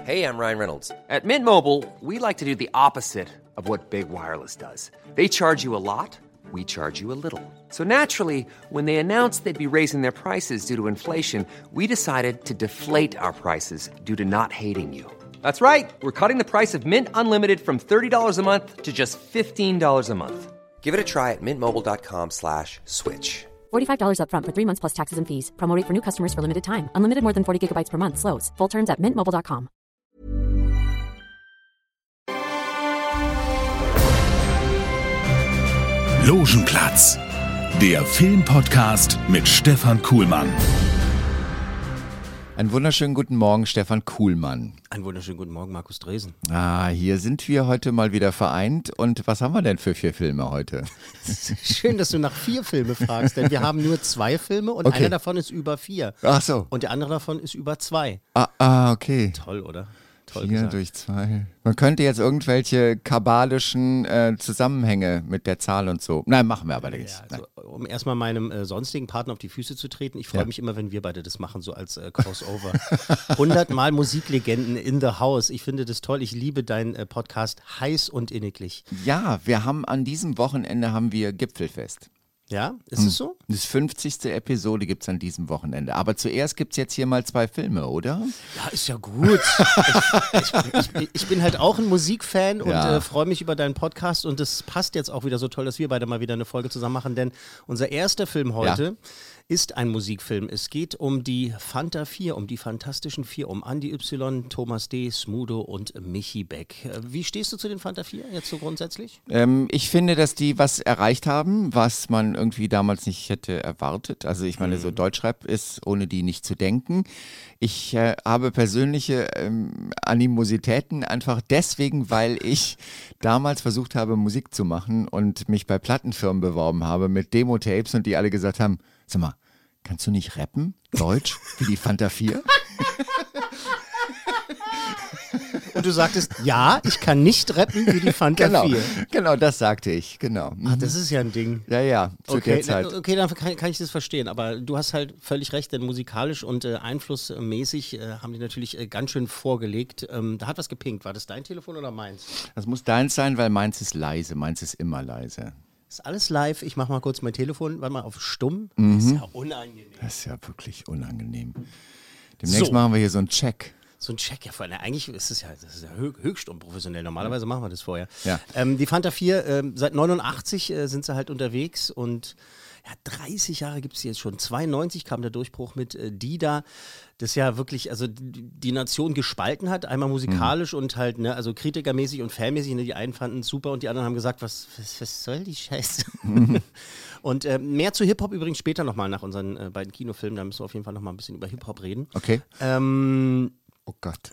Hey, I'm Ryan Reynolds. At Mint Mobile, we like to do the opposite of what Big Wireless does. They charge you a lot, we charge you a little. So naturally, when they announced they'd be raising their prices due to inflation, we decided to deflate our prices due to not hating you. That's right. We're cutting the price of Mint Unlimited from $30 a month to just $15 a month. Give it a try at mintmobile.com/switch. $45 up front for 3 months plus taxes and fees. Promo rate for new customers for limited time. Unlimited more than 40 gigabytes per month. Slows full terms at mintmobile.com. Logenplatz, der Filmpodcast mit Stefan Kuhlmann. Einen wunderschönen guten Morgen, Stefan Kuhlmann. Einen wunderschönen guten Morgen, Markus Dresen. Hier sind wir heute mal wieder vereint. Und was haben wir denn für 4 Filme heute? Schön, dass du nach 4 Filme fragst, denn wir haben nur 2 Filme und einer davon ist über 4. Ach so. Und der andere davon ist über 2. Okay. Toll, oder? Toll 4 gesagt. durch 2. Man könnte jetzt irgendwelche kabbalischen Zusammenhänge mit der Zahl und so. Nein, machen wir aber nicht. Ja, also, um erstmal meinem sonstigen Partner auf die Füße zu treten, ich freue mich immer, wenn wir beide das machen, so als Crossover. 100-mal Musiklegenden in the house. Ich finde das toll. Ich liebe deinen Podcast heiß und inniglich. Ja, wir haben an diesem Wochenende Gipfelfest. Ja, ist es so? Das 50. Episode gibt es an diesem Wochenende. Aber zuerst gibt es jetzt hier mal 2 Filme, oder? Ja, ist ja gut. Ich bin halt auch ein Musikfan und freue mich über deinen Podcast. Und es passt jetzt auch wieder so toll, dass wir beide mal wieder eine Folge zusammen machen. Denn unser erster Film heute ist ein Musikfilm. Es geht um die Fanta 4, um die Fantastischen 4, um Andi Y, Thomas D., Smudo und Michi Beck. Wie stehst du zu den Fanta 4 jetzt so grundsätzlich? Ich finde, dass die was erreicht haben, was man irgendwie damals nicht hätte erwartet. Also ich meine, so Deutschrap ist ohne die nicht zu denken. Ich habe persönliche Animositäten einfach deswegen, weil ich damals versucht habe, Musik zu machen und mich bei Plattenfirmen beworben habe mit Demo-Tapes und die alle gesagt haben, sag mal, kannst du nicht rappen? Deutsch? Wie die Fanta 4? Und du sagtest, ja, ich kann nicht rappen wie die Fanta 4. Genau, das sagte ich, genau. Ach, das ist ja ein Ding. Ja, zu der Zeit. Okay, dann kann ich das verstehen, aber du hast halt völlig recht, denn musikalisch und einflussmäßig haben die natürlich ganz schön vorgelegt. Da hat was gepinkt. War das dein Telefon oder meins? Das muss deins sein, weil meins ist leise. Meins ist immer leise. Ist alles live. Ich mache mal kurz mein Telefon, warte mal, auf stumm. Das ist ja unangenehm. Das ist ja wirklich unangenehm. Demnächst machen wir hier so einen Check. So ein Check, ja, vor allem, eigentlich ist das ja höchst unprofessionell. Normalerweise machen wir das vorher. Ja. Die Fanta 4, seit 89 sind sie halt unterwegs und 30 Jahre gibt es sie jetzt schon. 92 kam der Durchbruch mit Dida, das ja wirklich also die Nation gespalten hat, einmal musikalisch und halt, ne, also kritikermäßig und fanmäßig. Ne, die einen fanden es super und die anderen haben gesagt, was soll die Scheiße? Und mehr zu Hip-Hop übrigens später nochmal nach unseren beiden Kinofilmen. Da müssen wir auf jeden Fall nochmal ein bisschen über Hip-Hop reden. Okay. Oh Gott.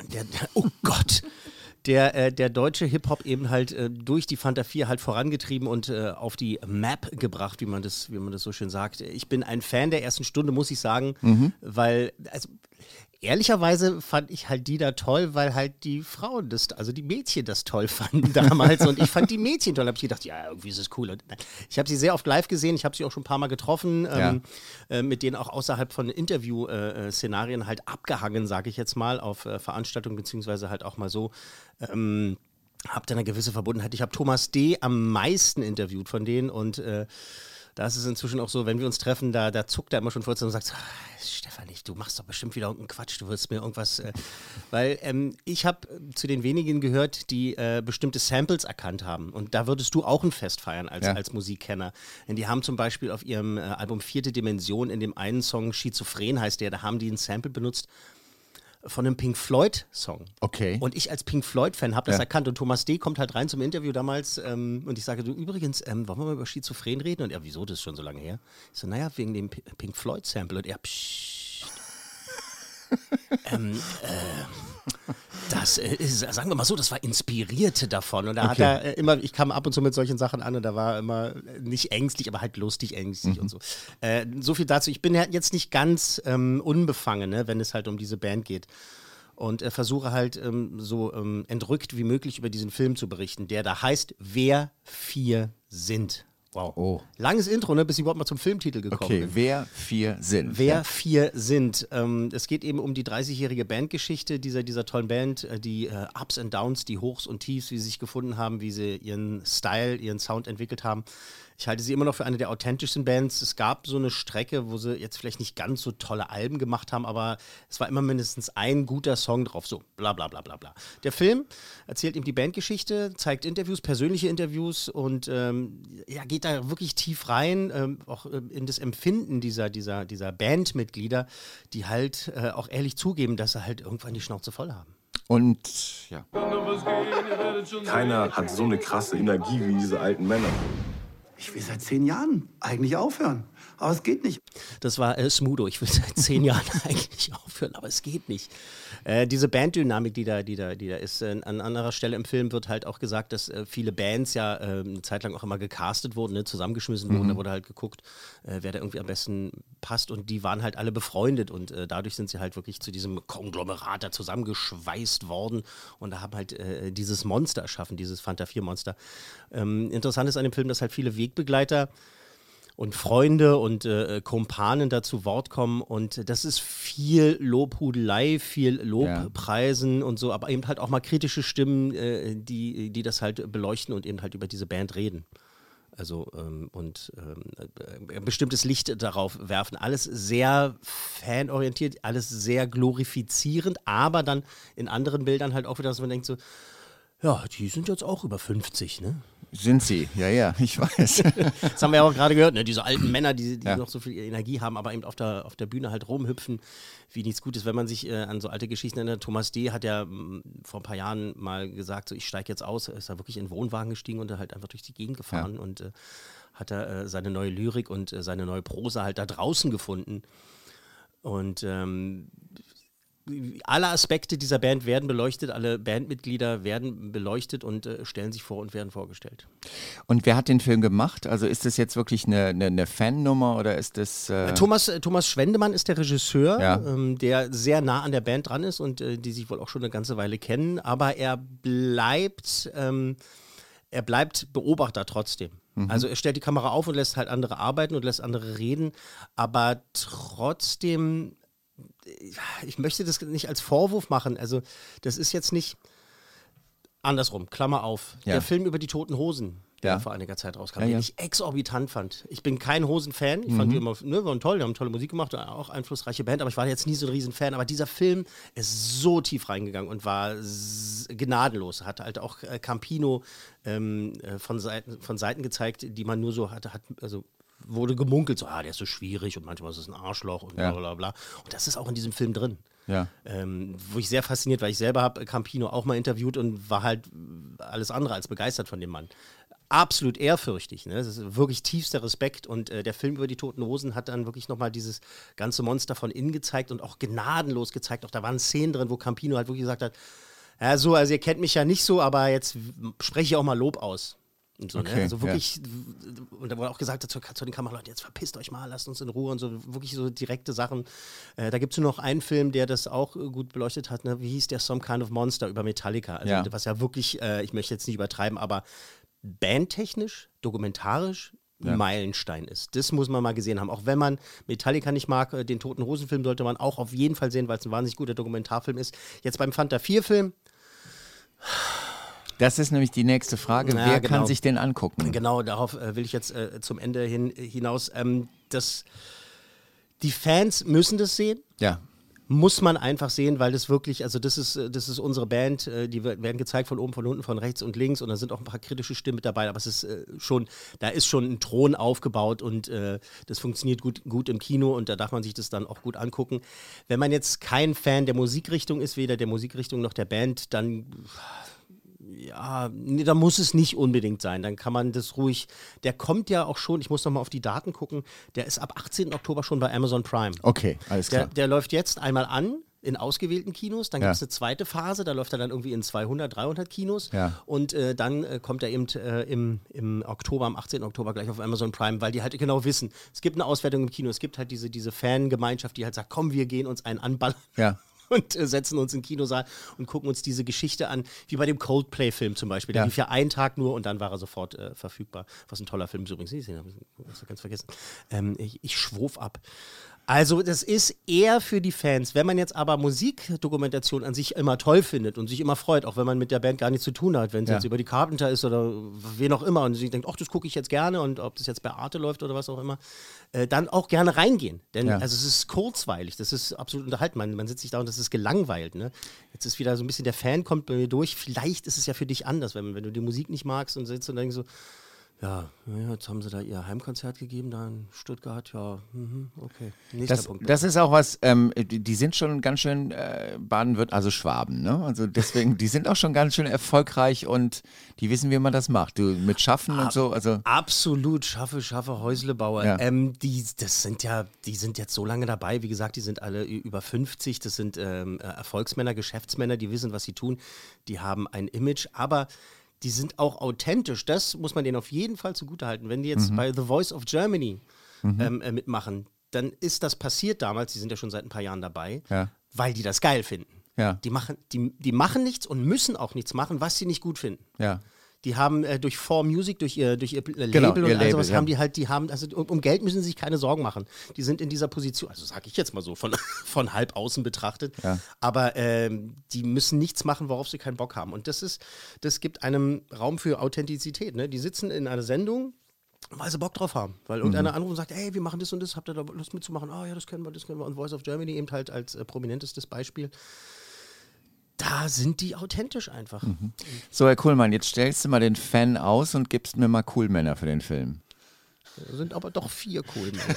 Der deutsche Hip-Hop eben halt durch die Fanta 4 halt vorangetrieben und auf die Map gebracht, wie man das so schön sagt. Ich bin ein Fan der ersten Stunde, muss ich sagen, weil, also ehrlicherweise fand ich halt die da toll, weil halt die Frauen also die Mädchen das toll fanden damals und ich fand die Mädchen toll. Da habe ich gedacht, ja, irgendwie ist es cool. Und ich habe sie sehr oft live gesehen, ich habe sie auch schon ein paar Mal getroffen, mit denen auch außerhalb von Interview-Szenarien halt abgehangen, sage ich jetzt mal, auf Veranstaltungen, beziehungsweise halt auch mal so. Hab da eine gewisse Verbundenheit. Ich habe Thomas D. am meisten interviewt von denen und da ist es inzwischen auch so, wenn wir uns treffen, da zuckt er immer schon vor uns und sagt, Stefan, du machst doch bestimmt wieder irgendeinen Quatsch, du wirst mir irgendwas, weil ich habe zu den wenigen gehört, die bestimmte Samples erkannt haben und da würdest du auch ein Fest feiern als Musikkenner, denn die haben zum Beispiel auf ihrem Album 4. Dimension in dem einen Song Schizophren heißt der, da haben die ein Sample benutzt von einem Pink Floyd-Song. Okay. Und ich als Pink Floyd-Fan habe das erkannt und Thomas D. kommt halt rein zum Interview damals und ich sage, du übrigens, wollen wir mal über Schizophren reden? Und er, wieso, das ist schon so lange her? Ich so, naja, wegen dem Pink Floyd-Sample. Und er, das ist, sagen wir mal so, das war inspiriert davon. Und da hat er immer, ich kam ab und zu mit solchen Sachen an und da war immer nicht ängstlich, aber halt lustig ängstlich und so. So viel dazu. Ich bin ja jetzt nicht ganz unbefangen, ne, wenn es halt um diese Band geht. Und versuche halt so entrückt wie möglich über diesen Film zu berichten, der da heißt, Wer 4 sind. Wow. Oh. Langes Intro, ne, bis ich überhaupt mal zum Filmtitel gekommen bin. Okay, wer 4 sind. Wer 4 sind. Es geht eben um die 30-jährige Bandgeschichte dieser tollen Band, die Ups and Downs, die Hochs und Tiefs, wie sie sich gefunden haben, wie sie ihren Style, ihren Sound entwickelt haben. Ich halte sie immer noch für eine der authentischsten Bands. Es gab so eine Strecke, wo sie jetzt vielleicht nicht ganz so tolle Alben gemacht haben, aber es war immer mindestens ein guter Song drauf. So, bla bla bla bla bla. Der Film erzählt ihm die Bandgeschichte, zeigt Interviews, persönliche Interviews und geht da wirklich tief rein, auch in das Empfinden dieser Bandmitglieder, die halt auch ehrlich zugeben, dass sie halt irgendwann die Schnauze voll haben. Und ja. Keiner hat so eine krasse Energie wie diese alten Männer. Ich will seit 10 Jahren eigentlich aufhören, aber es geht nicht. Das war Smudo. Ich will seit 10 Jahren eigentlich aufhören, aber es geht nicht. Diese Banddynamik, die da ist. An anderer Stelle im Film wird halt auch gesagt, dass viele Bands ja eine Zeit lang auch immer gecastet wurden, ne, zusammengeschmissen wurden. Da wurde halt geguckt, wer da irgendwie am besten passt. Und die waren halt alle befreundet. Und dadurch sind sie halt wirklich zu diesem Konglomerat da zusammengeschweißt worden. Und da haben halt dieses Monster erschaffen, dieses Fanta 4-Monster. Interessant ist an dem Film, dass halt viele Wegbegleiter und Freunde und Kumpanen da zu Wort kommen und das ist viel Lobhudelei, viel Lobpreisen und so, aber eben halt auch mal kritische Stimmen, die das halt beleuchten und eben halt über diese Band reden. Also bestimmtes Licht darauf werfen. Alles sehr fanorientiert, alles sehr glorifizierend, aber dann in anderen Bildern halt auch wieder, dass man denkt so, ja, die sind jetzt auch über 50, ne? Sind sie, ja, ich weiß. Das haben wir ja auch gerade gehört, ne? Diese alten Männer, die noch so viel Energie haben, aber eben auf der Bühne halt rumhüpfen, wie nichts Gutes. Wenn man sich an so alte Geschichten erinnert, Thomas D. hat ja vor ein paar Jahren mal gesagt, so, ich steige jetzt aus, ist da wirklich in den Wohnwagen gestiegen und halt einfach durch die Gegend gefahren und hat da seine neue Lyrik und seine neue Prosa halt da draußen gefunden. Und alle Aspekte dieser Band werden beleuchtet, alle Bandmitglieder werden beleuchtet und stellen sich vor und werden vorgestellt. Und wer hat den Film gemacht? Also ist das jetzt wirklich eine Fannummer oder ist das... Thomas Schwendemann ist der Regisseur, der sehr nah an der Band dran ist und die sich wohl auch schon eine ganze Weile kennen, aber er bleibt Beobachter trotzdem. Also er stellt die Kamera auf und lässt halt andere arbeiten und lässt andere reden, aber trotzdem... Ich möchte das nicht als Vorwurf machen, also das ist jetzt nicht andersrum, Klammer auf, der Film über die Toten Hosen, der vor einiger Zeit rauskam, den ich exorbitant fand. Ich bin kein Hosen-Fan, ich fand die immer, waren toll, die haben tolle Musik gemacht, auch einflussreiche Band, aber ich war jetzt nie so ein Riesen-Fan, aber dieser Film ist so tief reingegangen und war gnadenlos, hat halt auch Campino von Seiten gezeigt, die man nur so hatte, also wurde gemunkelt, so, der ist so schwierig und manchmal ist es ein Arschloch und bla bla bla. Und das ist auch in diesem Film drin. Ja. Wo ich sehr fasziniert, weil ich selber habe Campino auch mal interviewt und war halt alles andere als begeistert von dem Mann. Absolut ehrfürchtig, ne? Das ist wirklich tiefster Respekt und der Film über die Toten Hosen hat dann wirklich nochmal dieses ganze Monster von innen gezeigt und auch gnadenlos gezeigt. Auch da waren Szenen drin, wo Campino halt wirklich gesagt hat, ja so, also ihr kennt mich ja nicht so, aber jetzt spreche ich auch mal Lob aus. Und so, okay, ne? Also wirklich, und da wurde auch gesagt dazu, zu den Kameraleuten, jetzt verpisst euch mal, lasst uns in Ruhe und so, wirklich so direkte Sachen. Da gibt es nur noch einen Film, der das auch gut beleuchtet hat, ne? Wie hieß der Some Kind of Monster über Metallica? Also was ja wirklich, ich möchte jetzt nicht übertreiben, aber bandtechnisch, dokumentarisch Meilenstein ist. Das muss man mal gesehen haben. Auch wenn man Metallica nicht mag, den Toten Hosen-Film sollte man auch auf jeden Fall sehen, weil es ein wahnsinnig guter Dokumentarfilm ist. Jetzt beim Fanta 4-Film... Das ist nämlich die nächste Frage. Wer kann sich den angucken? Genau, darauf will ich jetzt zum Ende hinaus. Die Fans müssen das sehen. Ja. Muss man einfach sehen, weil das wirklich, also das ist unsere Band, die werden gezeigt von oben, von unten, von rechts und links und da sind auch ein paar kritische Stimmen mit dabei, aber es ist da ist schon ein Thron aufgebaut und das funktioniert gut im Kino und da darf man sich das dann auch gut angucken. Wenn man jetzt kein Fan der Musikrichtung ist, weder der Musikrichtung noch der Band, dann... Ja, nee, da muss es nicht unbedingt sein. Dann kann man das ruhig. Der kommt ja auch schon, ich muss nochmal auf die Daten gucken, der ist ab 18. Oktober schon bei Amazon Prime. Okay, alles klar. Der läuft jetzt einmal an in ausgewählten Kinos, dann gibt es eine zweite Phase, da läuft er dann irgendwie in 200, 300 Kinos und dann kommt er eben im Oktober, am 18. Oktober gleich auf Amazon Prime, weil die halt genau wissen, es gibt eine Auswertung im Kino, es gibt halt diese Fangemeinschaft, die halt sagt, komm, wir gehen uns einen anballern. Ja. und setzen uns in den Kinosaal und gucken uns diese Geschichte an, wie bei dem Coldplay-Film zum Beispiel. Der lief ja einen Tag nur und dann war er sofort verfügbar. Was ein toller Film ist übrigens. Ich habe es ganz vergessen. Ich schwurf ab. Also das ist eher für die Fans. Wenn man jetzt aber Musikdokumentation an sich immer toll findet und sich immer freut, auch wenn man mit der Band gar nichts zu tun hat, wenn es jetzt über die Carpenter ist oder wen auch immer und sich denkt, ach, das gucke ich jetzt gerne und ob das jetzt bei Arte läuft oder was auch immer, dann auch gerne reingehen. Denn also es ist kurzweilig, das ist absolut unterhaltend. Man sitzt sich da und das ist gelangweilt. Ne? Jetzt ist wieder so ein bisschen der Fan kommt bei mir durch. Vielleicht ist es ja für dich anders, wenn du die Musik nicht magst und sitzt und denkst so, ja, jetzt haben sie da ihr Heimkonzert gegeben, da in Stuttgart, okay. Nächster Punkt. Das ist auch was, die sind schon ganz schön also Schwaben, ne? Also deswegen, die sind auch schon ganz schön erfolgreich und die wissen, wie man das macht. Du mit Schaffen und so, also. Absolut, schaffe, Häuslebauer. Ja. Die sind jetzt so lange dabei, wie gesagt, die sind alle über 50, das sind Erfolgsmänner, Geschäftsmänner, die wissen, was sie tun, die haben ein Image, aber die sind auch authentisch, das muss man denen auf jeden Fall zugutehalten. Wenn die jetzt bei The Voice of Germany mitmachen, dann ist das passiert damals, die sind ja schon seit ein paar Jahren dabei, weil die das geil finden. Ja. Die machen nichts und müssen auch nichts machen, was sie nicht gut finden. Ja. Die haben durch 4Music, durch ihr Label und all sowas, um Geld müssen sie sich keine Sorgen machen. Die sind in dieser Position, also sage ich jetzt mal so, von halb außen betrachtet, aber die müssen nichts machen, worauf sie keinen Bock haben. Und das gibt einem Raum für Authentizität. Ne? Die sitzen in einer Sendung, weil sie Bock drauf haben. Weil irgendeiner anruft und sagt, hey, wir machen das und das, habt ihr da Lust mitzumachen? Ah ja, das können wir. Und Voice of Germany eben halt als prominentestes Beispiel. Da sind die authentisch einfach. So, Herr Kuhlmann, jetzt stellst du mal den Fan aus und gibst mir mal Coolmänner für den Film. Da sind aber doch 4 Coolmänner.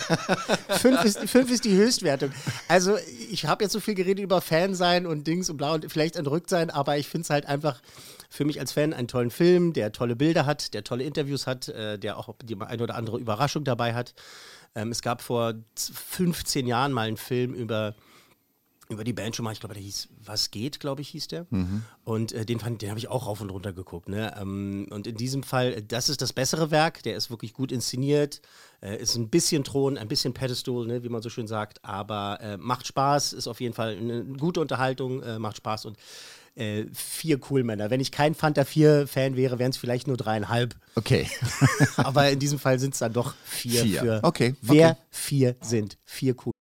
5 ist die Höchstwertung. Also ich habe jetzt so viel geredet über Fan sein und Dings und bla und vielleicht entrückt sein, aber ich finde es halt einfach für mich als Fan einen tollen Film, der tolle Bilder hat, der tolle Interviews hat, der auch die eine oder andere Überraschung dabei hat. Es gab vor 15 Jahren mal einen Film über die Band schon mal, ich glaube, der hieß Was geht, glaube ich, hieß der. Und den habe ich auch rauf und runter geguckt. Ne? Und in diesem Fall, das ist das bessere Werk, der ist wirklich gut inszeniert, ist ein bisschen Thron, ein bisschen Pedestal, ne, wie man so schön sagt, aber macht Spaß, ist auf jeden Fall eine gute Unterhaltung, macht Spaß und 4 Coolmänner. Wenn ich kein Fanta 4-Fan wäre, wären es vielleicht nur 3,5. Okay. Aber in diesem Fall sind es dann doch 4. Okay. Wer 4 sind. 4 cool.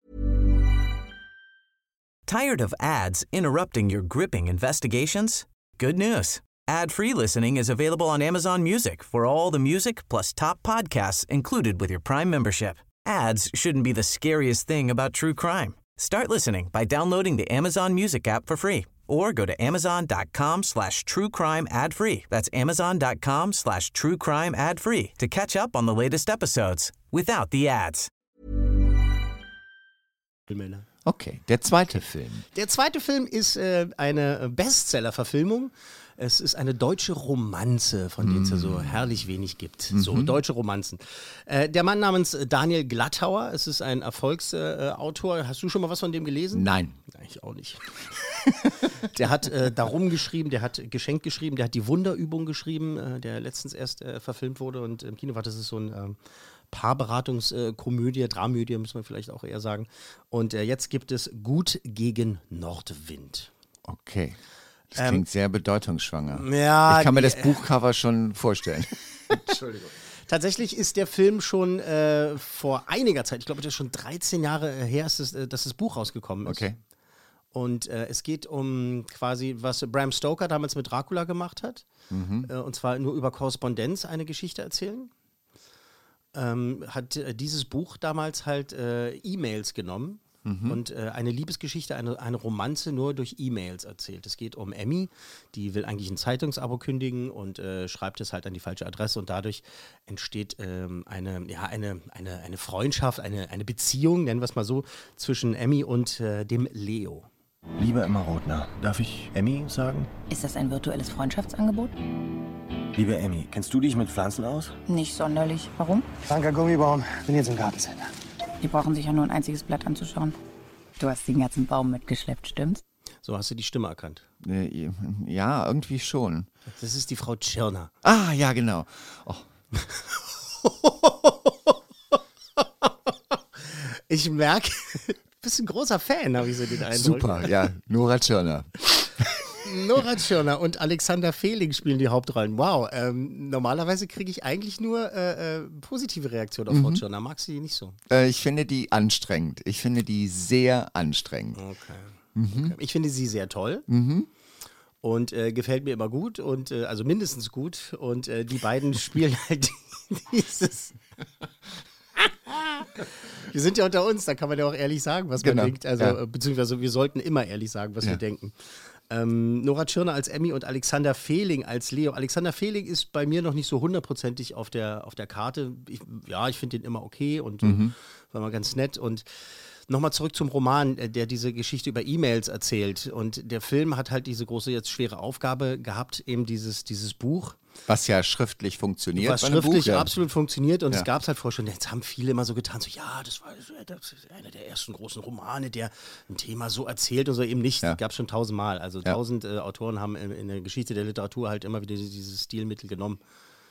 Tired of ads interrupting your gripping investigations? Good news. Ad-free listening is available on Amazon Music for all the music plus top podcasts included with your Prime membership. Ads shouldn't be the scariest thing about true crime. Start listening by downloading the Amazon Music app for free or go to amazon.com/truecrime ad-free. That's amazon.com/truecrime ad-free to catch up on the latest episodes without the ads. Okay, der zweite Film. Der zweite Film ist eine Bestseller-Verfilmung. Es ist eine deutsche Romanze, von denen es ja so herrlich wenig gibt. So, deutsche Romanzen. Der Mann namens Daniel Glattauer, es ist ein Erfolgsautor. Hast du schon mal was von dem gelesen? Nein. Ich auch nicht. Der hat darum geschrieben, der hat geschenkt geschrieben, der hat die Wunderübung geschrieben, der letztens erst verfilmt wurde und im Kino war. Das ist so ein Paarberatungskomödie, Dramödie, muss man vielleicht auch eher sagen. Und jetzt gibt es Gut gegen Nordwind. Okay. Das klingt sehr bedeutungsschwanger. Ja, ich kann mir das Buchcover schon vorstellen. Entschuldigung. Tatsächlich ist der Film schon vor einiger Zeit, ich glaube, das ist schon 13 Jahre her, dass das Buch rausgekommen ist. Okay. Und es geht um quasi, was Bram Stoker damals mit Dracula gemacht hat. Und zwar nur über Korrespondenz eine Geschichte erzählen. Hat dieses Buch damals halt E-Mails genommen und eine Liebesgeschichte, eine Romanze nur durch E-Mails erzählt. Es geht um Emmy, die will eigentlich ein Zeitungsabo kündigen und schreibt es halt an die falsche Adresse und dadurch entsteht eine Freundschaft, eine Beziehung, nennen wir es mal so, zwischen Emmy und dem Leo. Liebe Emma Rothner, darf ich Emmy sagen? Ist das ein virtuelles Freundschaftsangebot? Liebe Emmy, kennst du dich mit Pflanzen aus? Nicht sonderlich. Warum? Danke, Gummibaum. Bin jetzt im Gartencenter. Die brauchen sich ja nur ein einziges Blatt anzuschauen. Du hast den ganzen Baum mitgeschleppt, stimmt's? So, hast du die Stimme erkannt? Ja, irgendwie schon. Das ist die Frau Tschirner. Ah, ja, genau. Oh. Ich merke, du bist ein großer Fan, habe ich so den Eindruck. Super, ja. Nora Tschirner. Nora Tschirner und Alexander Fehling spielen die Hauptrollen. Wow, normalerweise kriege ich eigentlich nur positive Reaktionen auf Frau Tschirner. Magst du die nicht so? Ich finde die anstrengend. Ich finde die sehr anstrengend. Okay. Ich finde sie sehr toll. Und gefällt mir immer gut und also mindestens gut. Und die beiden spielen halt dieses. Wir sind ja unter uns, da kann man ja auch ehrlich sagen, was man denkt. Also, beziehungsweise wir sollten immer ehrlich sagen, was wir denken. Nora Tschirner als Emmy und Alexander Fehling als Leo. Alexander Fehling ist bei mir noch nicht so hundertprozentig auf der Karte. Ich finde den immer okay und war mal ganz nett. Und nochmal zurück zum Roman, der diese Geschichte über E-Mails erzählt. Und der Film hat halt diese große, jetzt schwere Aufgabe gehabt, eben dieses Buch. Was ja schriftlich funktioniert. Was schriftlich absolut funktioniert. Und es gab es halt vorher schon. Jetzt haben viele immer so getan, so ja, das war einer der ersten großen Romane, der ein Thema so erzählt und so eben nicht. Gab es schon 1000-mal. Also 1000 Autoren haben in der Geschichte der Literatur halt immer wieder dieses Stilmittel genommen.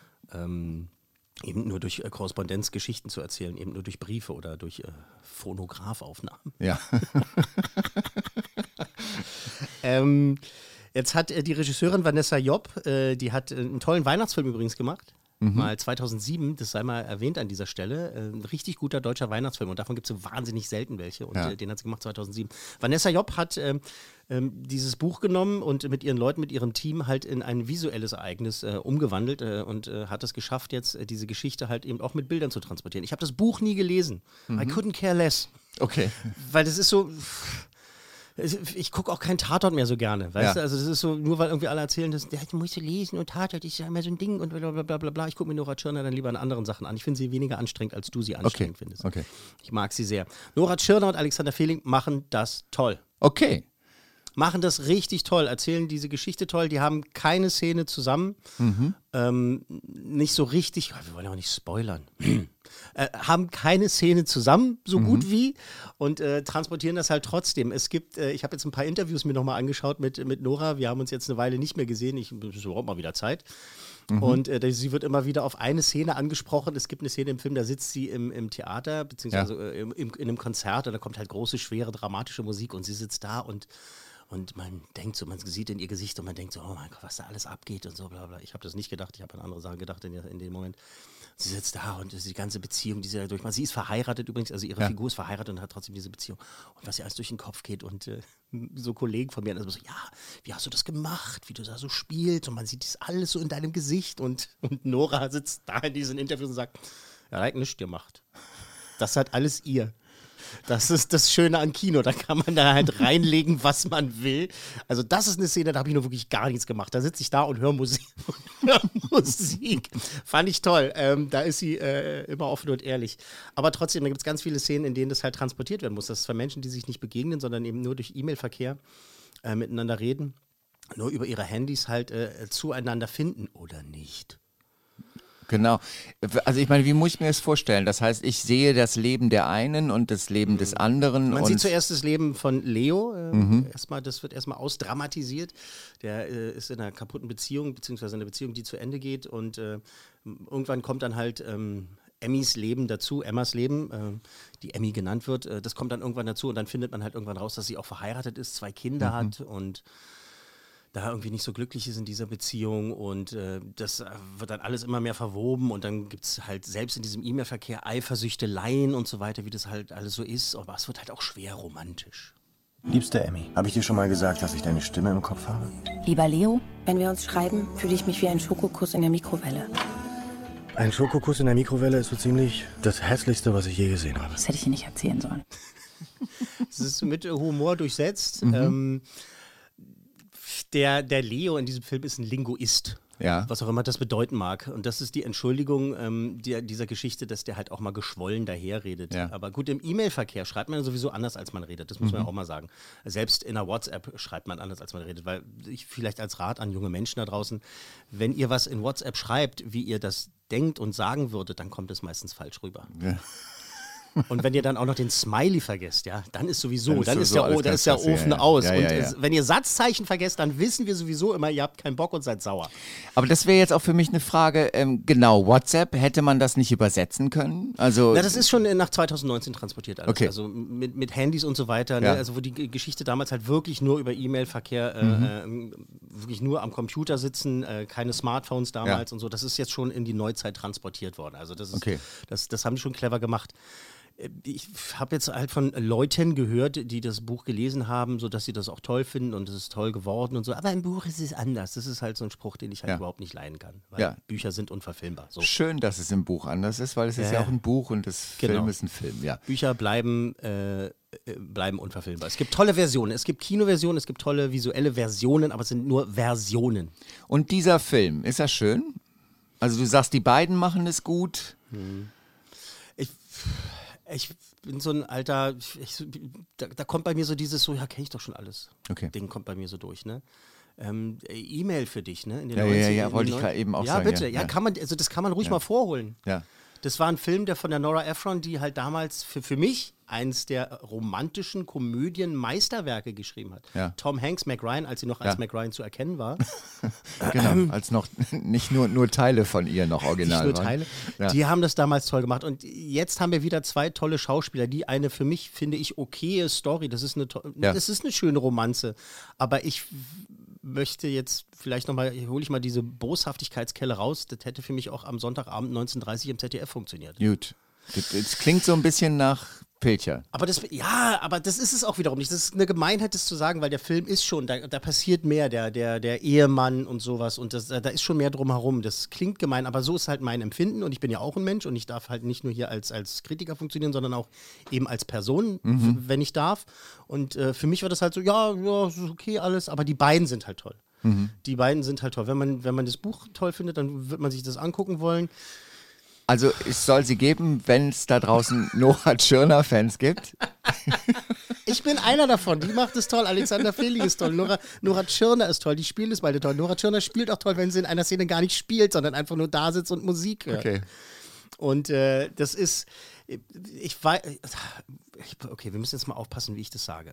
Eben nur durch Korrespondenz Geschichten zu erzählen, eben nur durch Briefe oder durch Phonographaufnahmen. Ja. Jetzt hat die Regisseurin Vanessa Job, die hat einen tollen Weihnachtsfilm übrigens gemacht. Mal 2007, das sei mal erwähnt an dieser Stelle. Ein richtig guter deutscher Weihnachtsfilm und davon gibt es so wahnsinnig selten welche und den hat sie gemacht 2007. Vanessa Job hat dieses Buch genommen und mit ihren Leuten, mit ihrem Team halt in ein visuelles Ereignis umgewandelt und hat es geschafft, jetzt diese Geschichte halt eben auch mit Bildern zu transportieren. Ich habe das Buch nie gelesen. I couldn't care less. Okay. Weil das ist so... Ich gucke auch keinen Tatort mehr so gerne, weißt du? Also das ist so, nur weil irgendwie alle erzählen, das musst du lesen und Tatort ist ja immer so ein Ding und blablabla. Ich gucke mir Nora Tschirner dann lieber an anderen Sachen an. Ich finde sie weniger anstrengend, als du sie anstrengend findest. Okay. Ich mag sie sehr. Nora Tschirner und Alexander Fehling machen das toll. Okay. Machen das richtig toll, erzählen diese Geschichte toll. Die haben keine Szene zusammen. Nicht so richtig, wir wollen ja auch nicht spoilern. Haben keine Szene zusammen, so gut wie, und transportieren das halt trotzdem. Es gibt, ich habe jetzt ein paar Interviews mir nochmal angeschaut mit Nora. Wir haben uns jetzt eine Weile nicht mehr gesehen. Es ist überhaupt mal wieder Zeit. Und sie wird immer wieder auf eine Szene angesprochen. Es gibt eine Szene im Film, da sitzt sie im Theater, beziehungsweise in einem Konzert, und da kommt halt große, schwere, dramatische Musik und sie sitzt da und man denkt so, man sieht in ihr Gesicht und man denkt so, oh mein Gott, was da alles abgeht und so, bla bla. Ich habe das nicht gedacht, ich habe an andere Sachen gedacht in dem Moment. Sie sitzt da und die ganze Beziehung, die sie da durchmacht. Sie ist verheiratet übrigens, also ihre Figur ist verheiratet und hat trotzdem diese Beziehung. Und was ihr alles durch den Kopf geht und so Kollegen von mir, also so, ja, wie hast du das gemacht, wie du da so spielst und man sieht das alles so in deinem Gesicht und Nora sitzt da in diesen Interviews und sagt, ja, hat nichts gemacht. Das hat alles ihr. Das ist das Schöne an Kino, da kann man da halt reinlegen, was man will. Also das ist eine Szene, da habe ich nur wirklich gar nichts gemacht. Da sitze ich da und höre Musik. Fand ich toll. Da ist sie immer offen und ehrlich. Aber trotzdem, da gibt es ganz viele Szenen, in denen das halt transportiert werden muss. Das ist für Menschen, die sich nicht begegnen, sondern eben nur durch E-Mail-Verkehr miteinander reden, nur über ihre Handys halt zueinander finden oder nicht. Genau. Also ich meine, wie muss ich mir das vorstellen? Das heißt, ich sehe das Leben der einen und das Leben des anderen. Man sieht zuerst das Leben von Leo. Das wird erstmal ausdramatisiert. Der ist in einer kaputten Beziehung, beziehungsweise in einer Beziehung, die zu Ende geht. Und irgendwann kommt dann halt Emmys Leben dazu, Emmas Leben, die Emmy genannt wird. Das kommt dann irgendwann dazu und dann findet man halt irgendwann raus, dass sie auch verheiratet ist, 2 Kinder hat und da irgendwie nicht so glücklich ist in dieser Beziehung und das wird dann alles immer mehr verwoben und dann gibt es halt selbst in diesem E-Mail-Verkehr Eifersüchteleien und so weiter, wie das halt alles so ist, aber es wird halt auch schwer romantisch. Liebste Emmy, habe ich dir schon mal gesagt, dass ich deine Stimme im Kopf habe? Lieber Leo, wenn wir uns schreiben, fühle ich mich wie ein Schokokuss in der Mikrowelle. Ein Schokokuss in der Mikrowelle ist so ziemlich das Hässlichste, was ich je gesehen habe. Das hätte ich dir nicht erzählen sollen. Es ist mit Humor durchsetzt. Der Leo in diesem Film ist ein Linguist. Ja. Was auch immer das bedeuten mag. Und das ist die Entschuldigung dieser Geschichte, dass der halt auch mal geschwollen daherredet. Ja. Aber gut, im E-Mail-Verkehr schreibt man sowieso anders, als man redet. Das muss man ja auch mal sagen. Selbst in einer WhatsApp schreibt man anders, als man redet. Weil ich vielleicht als Rat an junge Menschen da draußen, wenn ihr was in WhatsApp schreibt, wie ihr das denkt und sagen würdet, dann kommt es meistens falsch rüber. Ja. Und wenn ihr dann auch noch den Smiley vergesst, ja, dann ist sowieso, Dann ist der Ofen aus. Ja, Und wenn ihr Satzzeichen vergesst, dann wissen wir sowieso immer, ihr habt keinen Bock und seid sauer. Aber das wäre jetzt auch für mich eine Frage, genau, WhatsApp, hätte man das nicht übersetzen können? Also Na, das ist schon nach 2019 transportiert alles. Okay. Also mit Handys und so weiter, Ja. ne? Also wo die Geschichte damals halt wirklich nur über E-Mail-Verkehr, wirklich nur am Computer sitzen, keine Smartphones damals und so, das ist jetzt schon in die Neuzeit transportiert worden. Also das ist, Okay. das haben die schon clever gemacht. Ich habe jetzt halt von Leuten gehört, die das Buch gelesen haben, so dass sie das auch toll finden und es ist toll geworden und so. Aber im Buch ist es anders. Das ist halt so ein Spruch, den ich halt überhaupt nicht leiden kann. Weil Bücher sind unverfilmbar. So. Schön, dass es im Buch anders ist, weil es ist ja auch ein Buch und das Film ist ein Film, ja. Bücher bleiben unverfilmbar. Es gibt tolle Versionen, es gibt Kinoversionen, es gibt tolle visuelle Versionen, aber es sind nur Versionen. Und dieser Film, ist er schön? Also du sagst, die beiden machen es gut. Ich bin so ein alter, da kommt bei mir so dieses, so, ja, kenne ich doch schon alles. Okay. Ding kommt bei mir so durch, ne? E-Mail für dich, ne? In den Ja, wollte ich gerade eben auch sagen. Ja, bitte, kann man, also das kann man ruhig mal vorholen. Ja. Das war ein Film, der von der Nora Ephron, die halt damals für mich eins der romantischen Komödien-Meisterwerke geschrieben hat. Ja. Tom Hanks, Meg Ryan, als sie noch als Meg Ryan zu erkennen war. Genau, als noch nicht nur Teile von ihr noch original nicht nur waren. Teile. Ja. Die haben das damals toll gemacht. Und jetzt haben wir wieder zwei tolle Schauspieler, die eine für mich, finde ich, okaye Story. Das ist eine schöne Romanze. Aber ich möchte jetzt vielleicht nochmal, hole ich mal diese Boshaftigkeitskelle raus. Das hätte für mich auch am Sonntagabend 19:30 im ZDF funktioniert. Gut. Das klingt so ein bisschen nach Pilcher. Aber das ist es auch wiederum nicht. Das ist eine Gemeinheit, das zu sagen, weil der Film ist schon, da passiert mehr, der Ehemann und sowas und da ist schon mehr drumherum. Das klingt gemein, aber so ist halt mein Empfinden und ich bin ja auch ein Mensch und ich darf halt nicht nur hier als Kritiker funktionieren, sondern auch eben als Person, wenn ich darf. Und für mich war das halt so, ja, ist okay alles, aber die beiden sind halt toll. Die beiden sind halt toll. Wenn man das Buch toll findet, dann wird man sich das angucken wollen. Also es soll sie geben, wenn es da draußen Nora Tschirner-Fans gibt. Ich bin einer davon, die macht es toll, Alexander Fehling ist toll, Nora Tschirner ist toll, die spielen es beide toll. Nora Tschirner spielt auch toll, wenn sie in einer Szene gar nicht spielt, sondern einfach nur da sitzt und Musik hört. Okay. Und das ist, okay, wir müssen jetzt mal aufpassen, wie ich das sage.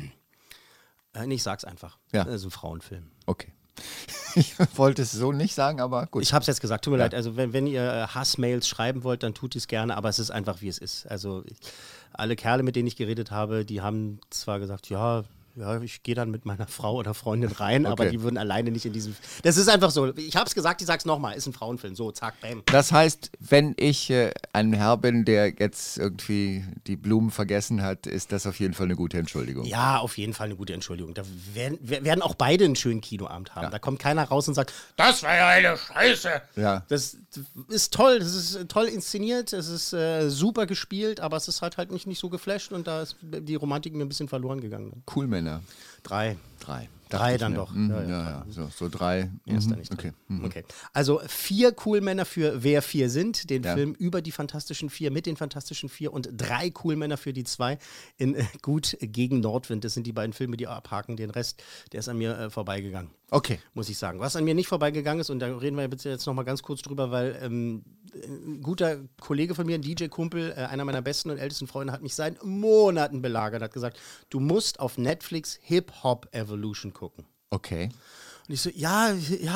Nee, ich sag's einfach. Ja. Das ist ein Frauenfilm. Okay. Ich wollte es so nicht sagen, aber gut. Ich habe es jetzt gesagt, tut mir leid. Also wenn ihr Hassmails schreiben wollt, dann tut es gerne, aber es ist einfach, wie es ist. Also alle Kerle, mit denen ich geredet habe, die haben zwar gesagt, ja, ich gehe dann mit meiner Frau oder Freundin rein, aber die würden alleine nicht in diesem... Das ist einfach so. Ich habe es gesagt, ich sag's nochmal, ist ein Frauenfilm. So, zack, bam. Das heißt, wenn ich ein Herr bin, der jetzt irgendwie die Blumen vergessen hat, ist das auf jeden Fall eine gute Entschuldigung. Ja, auf jeden Fall eine gute Entschuldigung. Da werden auch beide einen schönen Kinoabend haben. Ja. Da kommt keiner raus und sagt, das war ja eine Scheiße. Ja. Das ist toll, das ist toll inszeniert, es ist super gespielt, aber es ist halt nicht so geflasht und da ist die Romantik mir ein bisschen verloren gegangen. Cool, Männer. Drei dann doch. Ja. So 3. Erster nicht okay. Okay. Also 4 Cool-Männer für Wer 4 sind, den Film über die Fantastischen 4, mit den Fantastischen 4 und 3 Cool-Männer für die 2 in Gut gegen Nordwind. Das sind die beiden Filme, die abhaken. Den Rest, der ist an mir vorbeigegangen. Okay. Muss ich sagen. Was an mir nicht vorbeigegangen ist, und da reden wir jetzt nochmal ganz kurz drüber, weil ein guter Kollege von mir, ein DJ-Kumpel, einer meiner besten und ältesten Freunde, hat mich seit Monaten belagert, hat gesagt, du musst auf Netflix Hip-Hop Evolution gucken. Okay. Und ich so, ja,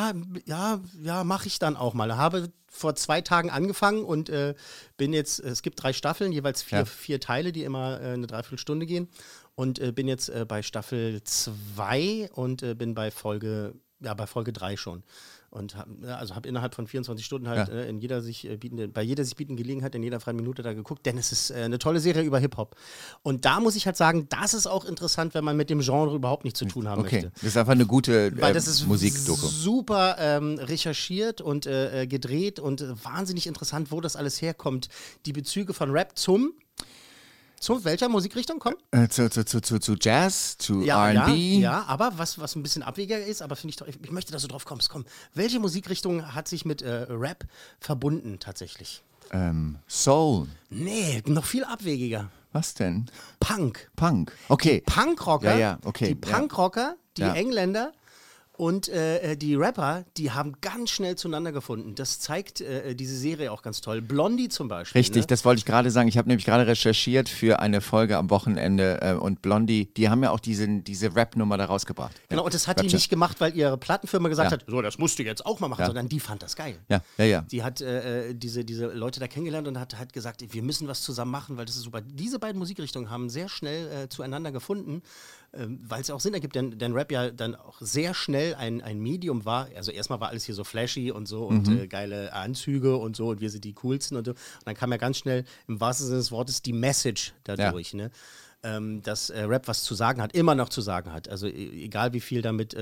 mache ich dann auch mal. Habe vor 2 Tagen angefangen und bin jetzt, es gibt 3 Staffeln, jeweils 4 Teile, die immer eine Dreiviertelstunde gehen. Und bin jetzt bei Staffel 2 und bin bei Folge 3 schon. Und habe innerhalb von 24 Stunden halt bei jeder sich bietenden Gelegenheit in jeder freien Minute da geguckt, denn es ist eine tolle Serie über Hip-Hop. Und da muss ich halt sagen, das ist auch interessant, wenn man mit dem Genre überhaupt nichts zu tun haben möchte. Das ist einfach eine gute Weil das ist Musikdoku. Super recherchiert und gedreht und wahnsinnig interessant, wo das alles herkommt. Die Bezüge von Rap zu welcher Musikrichtung kommen? Zu Jazz, zu R&B. Ja, aber was ein bisschen abwegiger ist, aber finde ich möchte, dass du drauf kommst. Komm, welche Musikrichtung hat sich mit Rap verbunden tatsächlich? Soul. Nee, noch viel abwegiger. Was denn? Punk. Okay. Die Punkrocker, okay. die Punkrocker, die Engländer Und die Rapper, die haben ganz schnell zueinander gefunden. Das zeigt diese Serie auch ganz toll. Blondie zum Beispiel. Richtig, ne? das wollte ich gerade sagen. Ich habe nämlich gerade recherchiert für eine Folge am Wochenende und Blondie, die haben ja auch diese Rap-Nummer da rausgebracht. Genau, ja. und das hat die nicht gemacht, weil ihre Plattenfirma gesagt hat, so, das musst du jetzt auch mal machen, Ja. sondern die fand das geil. Ja. Die hat diese Leute da kennengelernt und hat gesagt, wir müssen was zusammen machen, weil das ist super. Diese beiden Musikrichtungen haben sehr schnell zueinander gefunden, weil es auch Sinn ergibt, denn Rap ja dann auch sehr schnell ein Medium war. Also erstmal war alles hier so flashy und so und geile Anzüge und so und wir sind die coolsten und so. Und dann kam ja ganz schnell im wahrsten Sinne des Wortes die Message dadurch, ne? Dass Rap was zu sagen hat, immer noch zu sagen hat. Also egal wie viel damit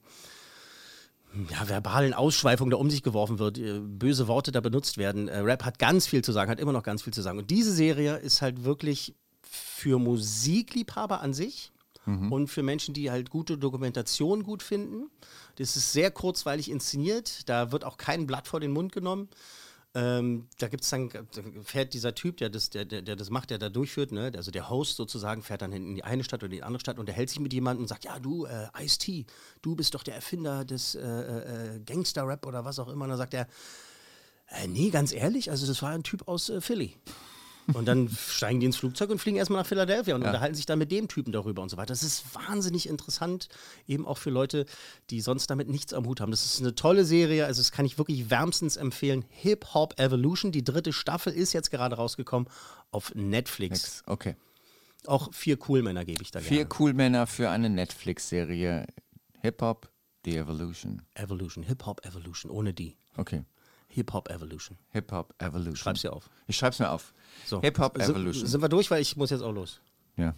verbalen Ausschweifungen da um sich geworfen wird, böse Worte da benutzt werden. Rap hat ganz viel zu sagen, hat immer noch ganz viel zu sagen. Und diese Serie ist halt wirklich für Musikliebhaber an sich und für Menschen, die halt gute Dokumentation gut finden. Das ist sehr kurzweilig inszeniert, da wird auch kein Blatt vor den Mund genommen. Da fährt dieser Typ, der das macht, der da durchführt, ne? Also der Host sozusagen, fährt dann in die eine Stadt oder die andere Stadt und der hält sich mit jemandem und sagt, ja du, Ice-T, du bist doch der Erfinder des Gangster-Rap oder was auch immer. Und dann sagt er, nee, ganz ehrlich, also das war ein Typ aus Philly. Und dann steigen die ins Flugzeug und fliegen erstmal nach Philadelphia und unterhalten sich dann mit dem Typen darüber und so weiter. Das ist wahnsinnig interessant, eben auch für Leute, die sonst damit nichts am Hut haben. Das ist eine tolle Serie, also das kann ich wirklich wärmstens empfehlen. Hip-Hop Evolution, die 3. Staffel ist jetzt gerade rausgekommen auf Netflix. Okay. Auch 4 Coolmänner gebe ich da gerne. 4 Coolmänner für eine Netflix-Serie. Hip-Hop, The Evolution. Evolution, Hip-Hop Evolution, ohne die. Okay. Hip-Hop Evolution. Hip-Hop Evolution. Schreib's dir auf. Ich schreib's mir auf. So. Hip-Hop Evolution. Sind wir durch, weil ich muss jetzt auch los. Ja.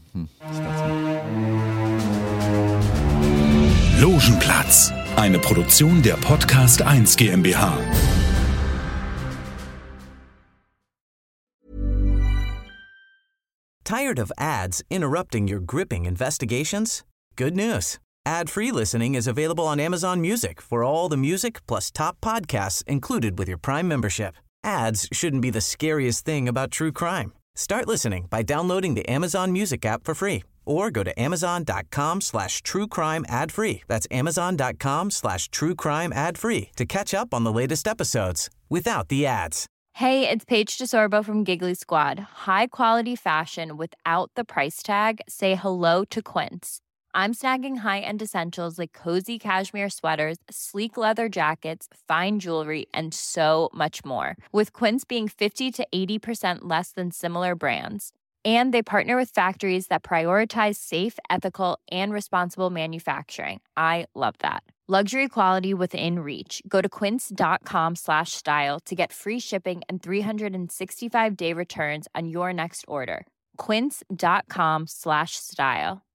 Logenplatz. Eine Produktion der Podcast 1 GmbH. Tired of ads interrupting your gripping investigations? Good news. Ad-free listening is available on Amazon Music for all the music plus top podcasts included with your Prime membership. Ads shouldn't be the scariest thing about true crime. Start listening by downloading the Amazon Music app for free or go to amazon.com/truecrime ad-free. That's amazon.com/truecrime ad-free to catch up on the latest episodes without the ads. Hey, it's Paige DeSorbo from Giggly Squad. High quality fashion without the price tag. Say hello to Quince. I'm snagging high-end essentials like cozy cashmere sweaters, sleek leather jackets, fine jewelry, and so much more. With Quince being 50 to 80% less than similar brands. And they partner with factories that prioritize safe, ethical, and responsible manufacturing. I love that. Luxury quality within reach. Go to quince.com/style to get free shipping and 365-day returns on your next order. Quince.com/style.